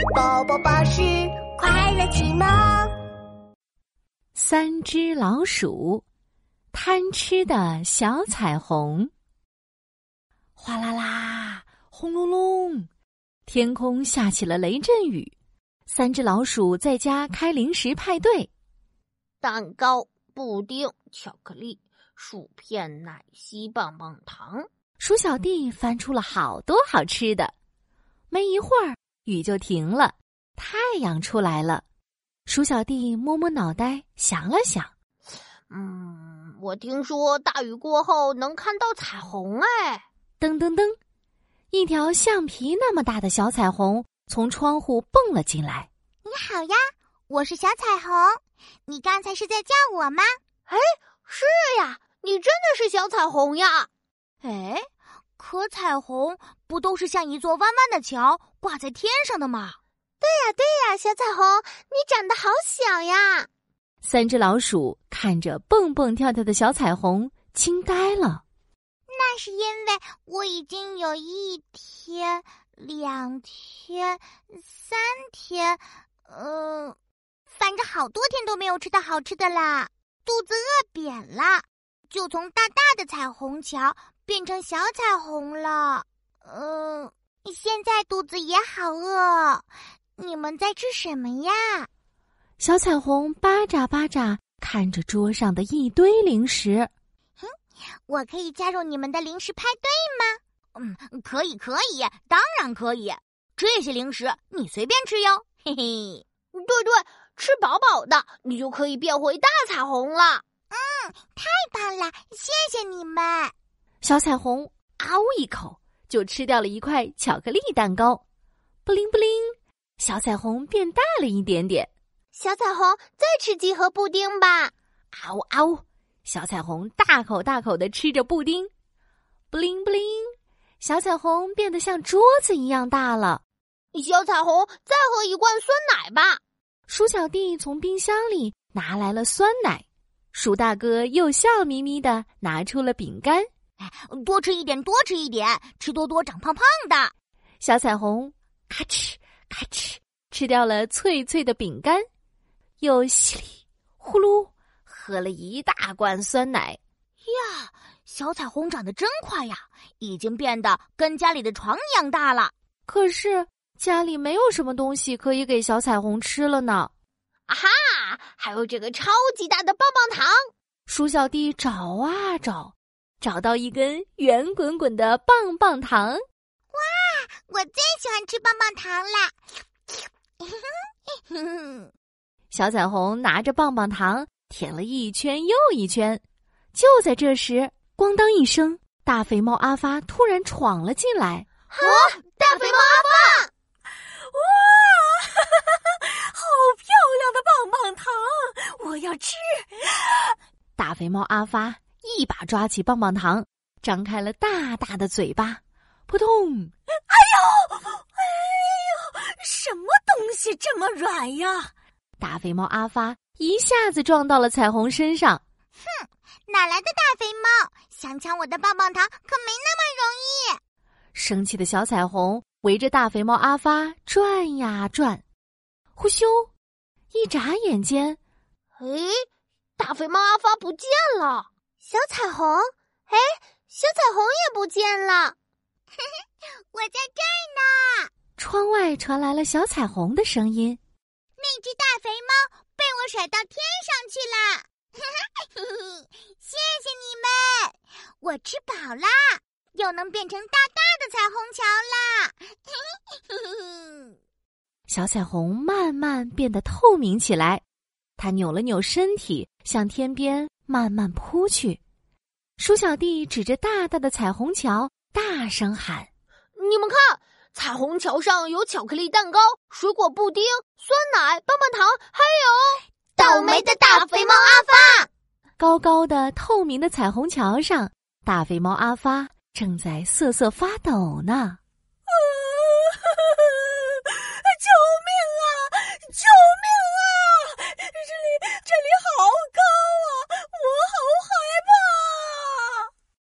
宝宝巴士快乐启蒙。 三只老鼠，贪吃的小彩虹。哗啦啦，轰隆隆，天空下起了雷阵雨。三只老鼠在家开零食派对， 蛋糕、布丁、巧克力、薯片、奶昔、棒棒糖。 鼠小弟翻出了好多好吃的。没一会儿，雨就停了，太阳出来了。鼠小弟摸摸脑袋，想了想， 我听说大雨过后能看到彩虹哎。 噔噔噔，一条橡皮那么大的小彩虹从窗户蹦了进来。 你好呀，我是小彩虹，你刚才是在叫我吗？ 哎，是呀，你真的是小彩虹呀。 哎，可彩虹不都是像一座弯弯的桥挂在天上的吗？ 对呀，小彩虹，你长得好小呀。 三只老鼠看着蹦蹦跳跳的小彩虹，惊呆了。 那是因为我已经有1天、2天、3天，反正好多天都没有吃到好吃的啦，肚子饿扁了，就从大大的彩虹桥变成小彩虹了。现在肚子也好饿，你们在吃什么呀？ 小彩虹巴眨巴眨看着桌上的一堆零食。 我可以加入你们的零食派对吗？可以，当然可以。这些零食你随便吃哟，嘿嘿。 对，吃饱饱的，你就可以变回大彩虹了。 太棒了，谢谢你们。 小彩虹嗷一口就吃掉了一块巧克力蛋糕，布灵布灵，小彩虹变大了一点点。 小彩虹，再吃几盒布丁吧。 嗷嗷，小彩虹大口大口地吃着布丁，布灵布灵，小彩虹变得像桌子一样大了。 小彩虹，再喝一罐酸奶吧。 鼠小弟从冰箱里拿来了酸奶，鼠大哥又笑眯眯地拿出了饼干。 多吃一点，吃多多长胖胖的。 小彩虹咔哧咔哧吃掉了脆脆的饼干，又稀里呼噜喝了一大罐酸奶。 呀，小彩虹长得真快呀，已经变得跟家里的床一样大了。 可是家里没有什么东西可以给小彩虹吃了呢。 啊哈，还有这个超级大的棒棒糖。 鼠小弟找啊找到一根圆滚滚的棒棒糖。 哇，我最喜欢吃棒棒糖啦。 小彩虹拿着棒棒糖舔了一圈又一圈。就在这时，咣当一声，大肥猫阿发突然闯了进来。 大肥猫阿发！ 哇，好漂亮的棒棒糖，我要吃！ 大肥猫阿发一把抓起棒棒糖，张开了大大的嘴巴，扑通！ 哎呦，什么东西这么软呀？ 大肥猫阿发一下子撞到了彩虹身上。 哪来的大肥猫？想抢我的棒棒糖可没那么容易！ 生气的小彩虹围着大肥猫阿发转呀转，呼咻！一眨眼间， 大肥猫阿发不见了。小彩虹也不见了。 我在这儿呢。 窗外传来了小彩虹的声音。 那只大肥猫被我甩到天上去了。谢谢你们，我吃饱啦，又能变成大大的彩虹桥啦。 小彩虹慢慢变得透明起来，它扭了扭身体，向天边慢慢扑去。鼠小弟指着大大的彩虹桥，大声喊： 你们看，彩虹桥上有巧克力蛋糕、水果布丁、酸奶、棒棒糖，还有倒霉的大肥猫阿发。 高高的透明的彩虹桥上，大肥猫阿发正在瑟瑟发抖呢。